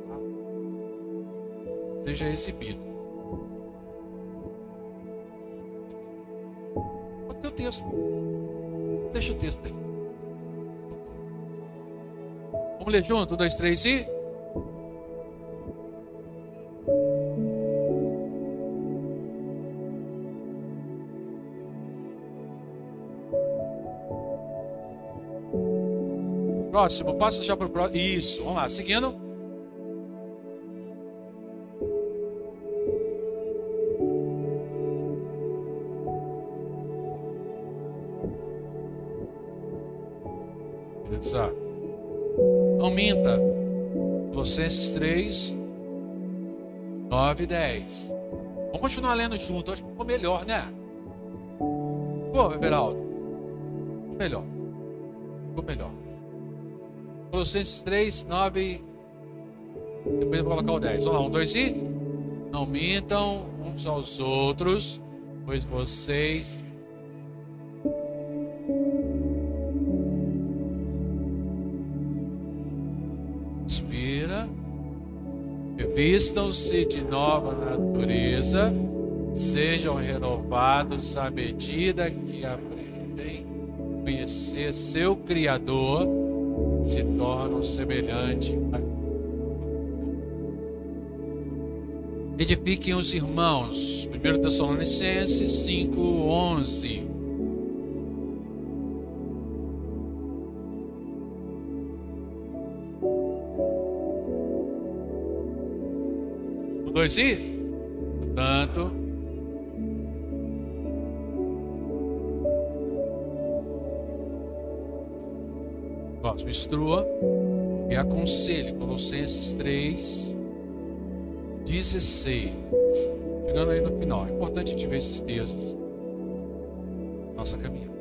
Seja recebido. Pode ter o texto. Deixa o texto aí. Vamos ler junto? Um, dois, três e... Próximo, passa já para o próximo. Isso, vamos lá, seguindo. Beleza. Não minta. Colossenses três, nove e dez. Vamos continuar lendo junto, acho que ficou melhor, né? Ficou, Everaldo? Ficou melhor. Ficou melhor. Colossenses três, nove. Depois eu vou colocar o dez. Vamos lá, um, dois e... Não mintam uns aos outros, pois vocês inspira, revistam-se de nova natureza, sejam renovados à medida que aprendem a conhecer seu Criador, se tornam semelhantes a Edifiquem os irmãos. primeira Tessalonicenses cinco, onze. Um, dois e? Portanto, vós me instrua e aconselhe. Colossenses três, dezesseis. Chegando aí no final. É importante a gente ver esses textos. Nossa caminhada.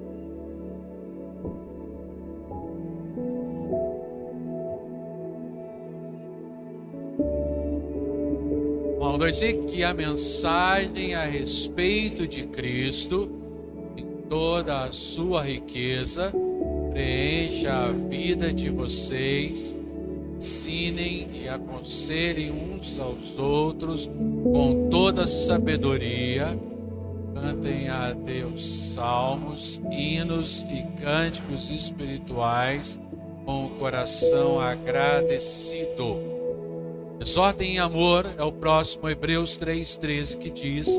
Um, dois, e que a mensagem a respeito de Cristo, em toda a sua riqueza, preencha a vida de vocês. Ensinem e aconselhem uns aos outros com toda sabedoria. Cantem a Deus salmos, hinos e cânticos espirituais com o coração agradecido. Exortem em amor, é o próximo, Hebreus três, treze, que diz: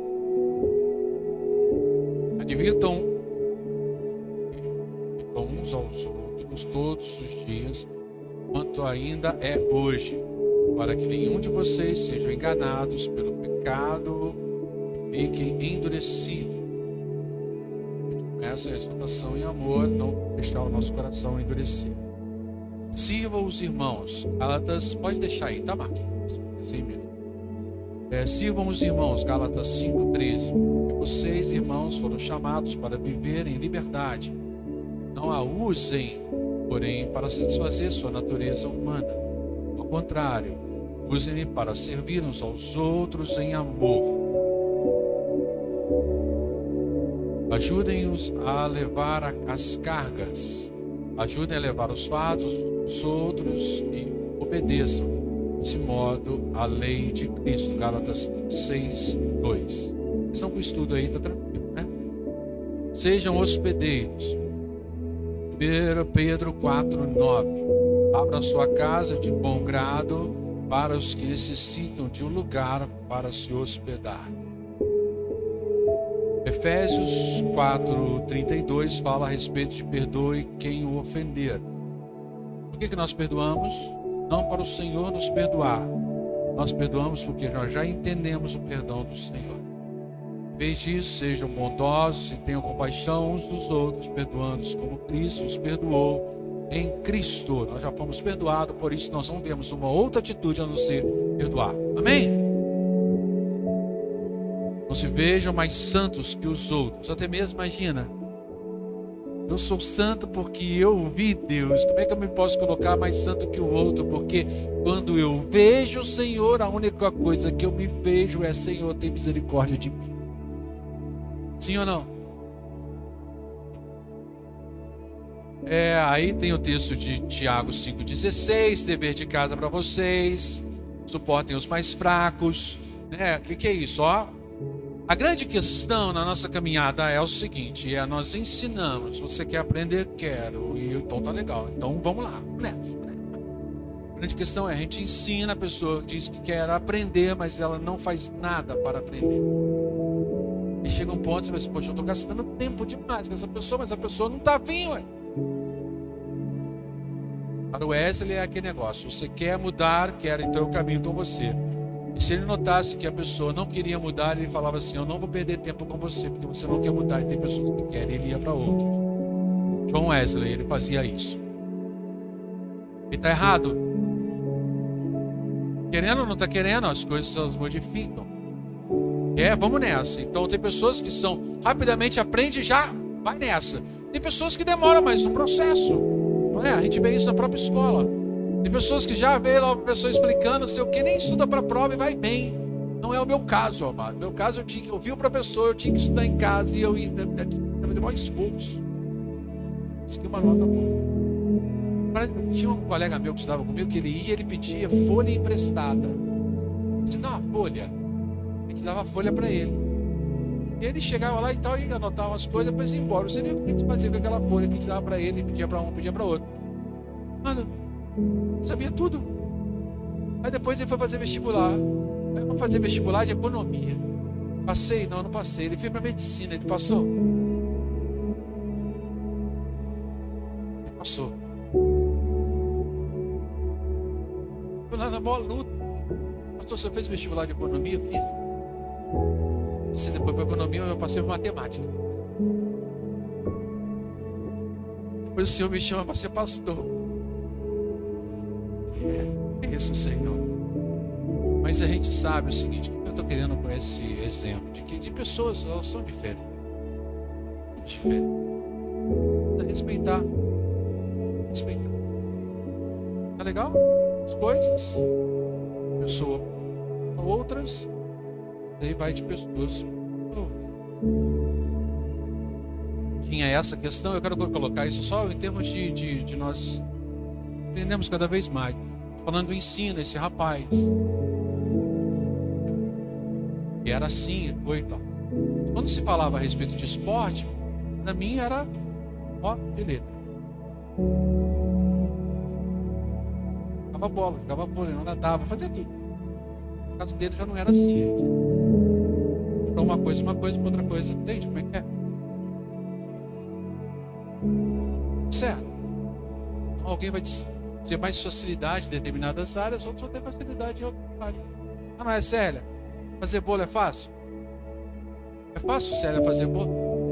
advirtam uns aos outros todos os dias, quanto ainda é hoje, para que nenhum de vocês sejam enganados pelo pecado e fiquem endurecidos. Essa é a exortação em amor, não deixar o nosso coração endurecido. Sirvam os irmãos. Gálatas, pode deixar aí, tá, Marquinhos? Assim mesmo. É, sirvam os irmãos, Gálatas cinco, treze. E vocês, irmãos, foram chamados para viver em liberdade. Não a usem, porém, para satisfazer sua natureza humana. Ao contrário, usem-me para servir uns aos outros em amor. Ajudem-os a levar as cargas. Ajudem a levar os fardos dos outros e obedeçam, desse modo, a lei de Cristo. Gálatas seis, dois. Estão com o estudo aí, está tranquilo, né? Sejam hospedeiros. primeira Pedro quatro, nove. Abra sua casa de bom grado para os que necessitam de um lugar para se hospedar. Efésios quatro, trinta e dois fala a respeito de perdoe quem o ofender. Por que que nós perdoamos? Não para o Senhor nos perdoar. Nós perdoamos porque nós já entendemos o perdão do Senhor. Em vez disso, sejam bondosos e tenham compaixão uns dos outros, perdoando-os como Cristo os perdoou em Cristo. Nós já fomos perdoados, por isso nós não vemos uma outra atitude a não ser perdoar. Amém? Não se vejam mais santos que os outros. Até mesmo, imagina, eu sou santo porque eu vi Deus. Como é que eu me posso colocar mais santo que o outro? Porque quando eu vejo o Senhor, a única coisa que eu me vejo é: Senhor, tem misericórdia de mim. Sim ou não? É, aí tem o texto de Tiago cinco, dezesseis, dever de casa para vocês, suportem os mais fracos, né? O que, que é isso? Ó, a grande questão na nossa caminhada é o seguinte: é nós ensinamos. Você quer aprender? Quero. E então tá legal. Então vamos lá. Nessa. A grande questão é: a gente ensina, a pessoa diz que quer aprender, mas ela não faz nada para aprender. E chega um ponto, você vai dizer: poxa, eu estou gastando tempo demais com essa pessoa, mas a pessoa não está vindo, ué. Para o Wesley é aquele negócio: você quer mudar, quer então o caminho com você. E se ele notasse que a pessoa não queria mudar, ele falava assim: eu não vou perder tempo com você, porque você não quer mudar. E tem pessoas que querem, ele ia para outros. John Wesley, ele fazia isso. E está errado? Querendo ou não está querendo, as coisas elas modificam. É, vamos nessa. Então tem pessoas que são rapidamente aprende e já vai nessa. Tem pessoas que demoram mais um processo. Não é? A gente vê isso na própria escola. Tem pessoas que já vê lá uma pessoa explicando, sei o que, nem estuda para a prova e vai bem. Não é o meu caso, amado. No meu caso, eu tinha que ouvir o professor, eu tinha que estudar em casa e eu ia fazer mais esforço. Consegui uma nota boa. Tinha um colega meu que estudava comigo que ele ia e ele pedia folha emprestada. Você dá uma folha? A gente dava folha para ele. E ele chegava lá e tal, e anotava as coisas, depois ia embora. Você nem o que a gente fazia com aquela folha que a gente dava para ele, pedia para um, pedia para outro. Mano, sabia tudo. Aí depois ele foi fazer vestibular. Aí eu vou fazer vestibular de economia. Passei? Não, não passei. Ele fez para medicina, ele passou? Ele passou. Foi lá na maior luta. Pastor, você fez vestibular de economia? Eu fiz. Você depois para economia, eu passei para matemática. Depois o Senhor me chama para ser pastor. É isso, Senhor. Mas a gente sabe o seguinte, o que eu estou querendo com esse exemplo, de que de pessoas, elas são diferentes. Diferentes. Respeitar. Respeitar. Tá legal? As coisas, pessoa outras, aí vai de pessoas. Tinha essa questão, eu quero colocar isso só em termos de, de, de nós entendemos cada vez mais. Falando do ensino, esse rapaz. E era assim, foi tal. Quando se falava a respeito de esporte, para mim era, ó, de letra. Jogava bola, jogava vôlei, não nadava, fazia tudo. No caso dele já não era assim. Então uma coisa, uma coisa, outra coisa, entende como é que é? Certo? Então, alguém vai ter mais facilidade em determinadas áreas, outros vão ter facilidade em outras áreas. Ah, mas é Célia, fazer bolo é fácil? É fácil, Célia, fazer bolo?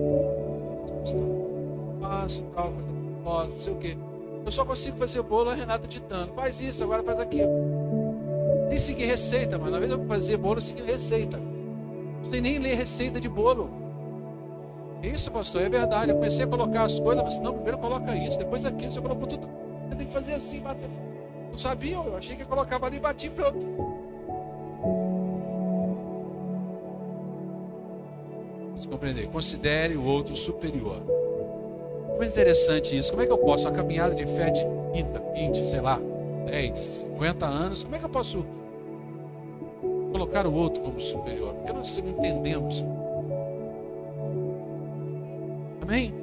Fácil, tal, coisa, não sei o quê. Eu só consigo fazer bolo, a Renata ditando. Faz isso, agora faz aquilo. Nem seguir receita, mano. Na vez eu fazer bolo, eu segui receita. Não sei nem ler receita de bolo. Isso, pastor, é verdade. Eu comecei a colocar as coisas, mas não, primeiro coloca isso, depois aquilo. Você colocou tudo. Você tem que fazer assim, bater. Não sabia, eu achei que eu colocava ali e batia e pronto. Vamos compreender. Considere o outro superior. Como é interessante isso. Como é que eu posso, a caminhada de fé de trinta, vinte, sei lá, dez, cinquenta anos, como é que eu posso colocar o outro como superior? Porque nós não entendemos. Amém?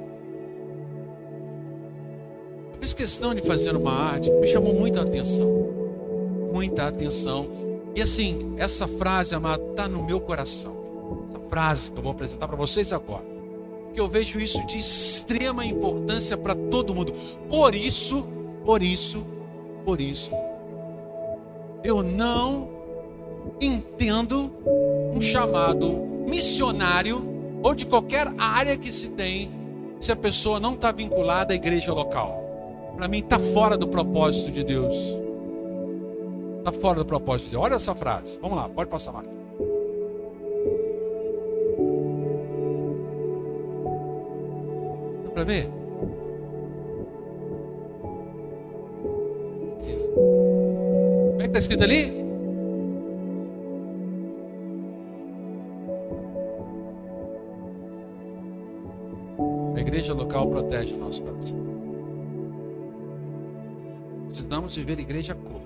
Eu fiz questão de fazer uma arte que me chamou muita atenção. Muita atenção. E assim, essa frase, amado, está no meu coração. Essa frase que eu vou apresentar para vocês agora. Que eu vejo isso de extrema importância para todo mundo. Por isso, por isso, por isso, eu não entendo um chamado missionário ou de qualquer área que se tem se a pessoa não está vinculada à igreja local. Para mim está fora do propósito de Deus. Está fora do propósito de Deus. Olha essa frase. Vamos lá, pode passar lá. Para ver? Sim. Como é que está escrito ali? A igreja local protege o nosso coração. Precisamos viver a igreja corpo.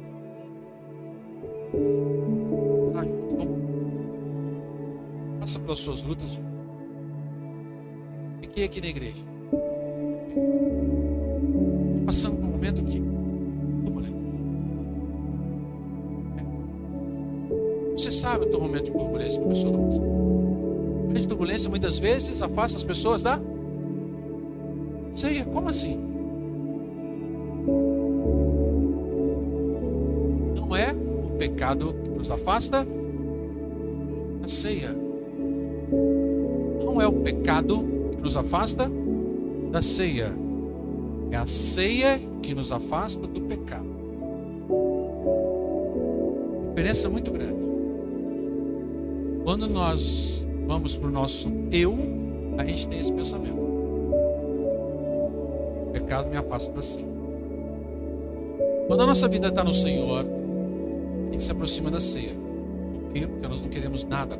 Passa pelas suas lutas. Fiquei aqui na igreja. Estou passando por um momento que turbulento. Você sabe o teu momento de turbulência que a pessoa está passando. O momento de turbulência muitas vezes afasta as pessoas da ceia. Como assim? Não é o pecado que nos afasta da ceia. Não é o pecado que nos afasta da ceia. É a ceia que nos afasta do pecado. Diferença muito grande. Quando nós vamos para o nosso eu, a gente tem esse pensamento. O pecado me afasta da ceia. Quando a nossa vida está no Senhor, a gente se aproxima da ceia. quê? Porque nós não queremos nada.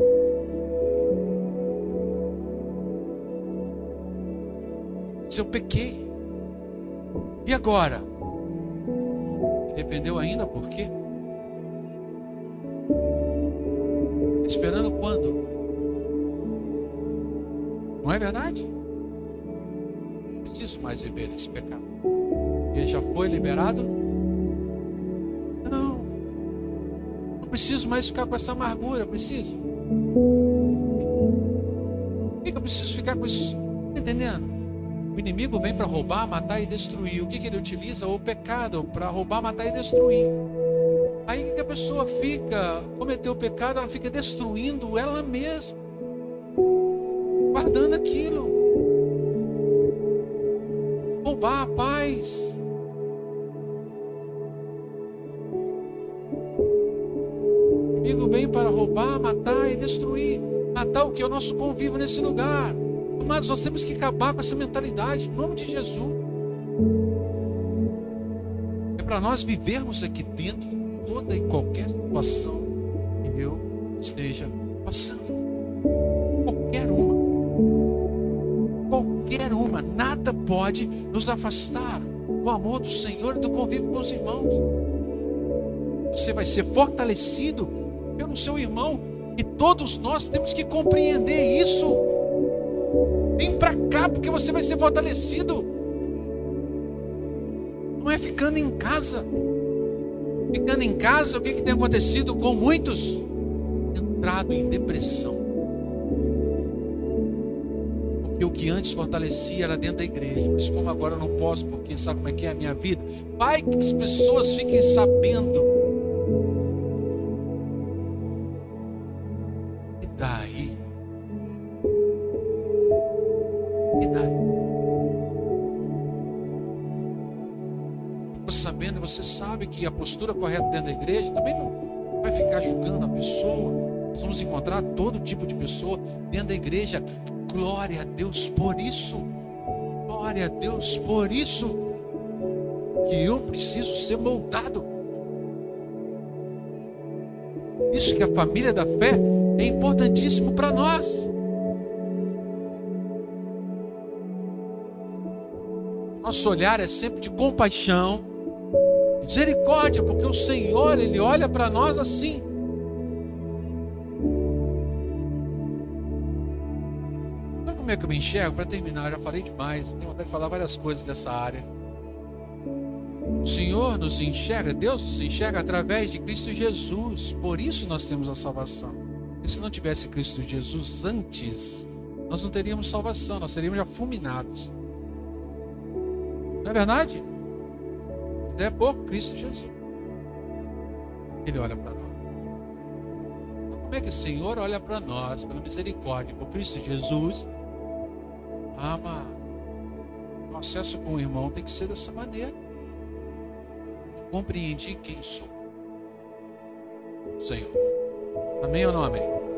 Se eu pequei, e agora? Arrependeu ainda? Por quê? Esperando quando? Não é verdade? Não preciso mais viver esse pecado. Ele já foi liberado? Não. Não preciso mais ficar com essa amargura. Preciso? Por que eu preciso ficar com isso? Está entendendo? O inimigo vem para roubar, matar e destruir. O que, que ele utiliza? O pecado para roubar, matar e destruir. Aí que a pessoa fica, cometeu o pecado, ela fica destruindo ela mesma, guardando aquilo. Roubar a paz. O inimigo vem para roubar, matar e destruir. Matar o que? O nosso convívio nesse lugar. Mas nós temos que acabar com essa mentalidade, em nome de Jesus. É para nós vivermos aqui dentro de toda e qualquer situação que eu esteja passando. Qualquer uma. Qualquer uma. Nada pode nos afastar do amor do Senhor e do convívio com os irmãos. Você vai ser fortalecido pelo seu irmão. E todos nós temos que compreender isso. Vem para cá, porque você vai ser fortalecido. Não é ficando em casa. Ficando em casa, o que, que tem acontecido com muitos? Entrado em depressão. Porque o que antes fortalecia era dentro da igreja. Mas como agora eu não posso, porque sabe como é que é a minha vida? Vai que as pessoas fiquem sabendo. E daí? E daí? Ficou sabendo, você sabe que a postura correta dentro da igreja também não vai ficar julgando a pessoa. Nós vamos encontrar todo tipo de pessoa dentro da igreja. Glória a Deus por isso. Glória a Deus por isso. Que eu preciso ser moldado. Isso que a família da fé é importantíssimo para nós. Nosso olhar é sempre de compaixão, misericórdia, porque o Senhor, Ele olha para nós assim. Sabe como é que eu me enxergo? Para terminar, eu já falei demais, tenho vontade de falar várias coisas dessa área. O Senhor nos enxerga, Deus nos enxerga através de Cristo Jesus. Por isso nós temos a salvação. E se não tivesse Cristo Jesus antes, nós não teríamos salvação, nós seríamos já fulminados. Não é verdade? É por Cristo Jesus. Ele olha para nós. Então, como é que o Senhor olha para nós, pela misericórdia, por Cristo Jesus? Ama. O acesso com o irmão tem que ser dessa maneira. Compreendi quem sou. Senhor. Amém ou não amém?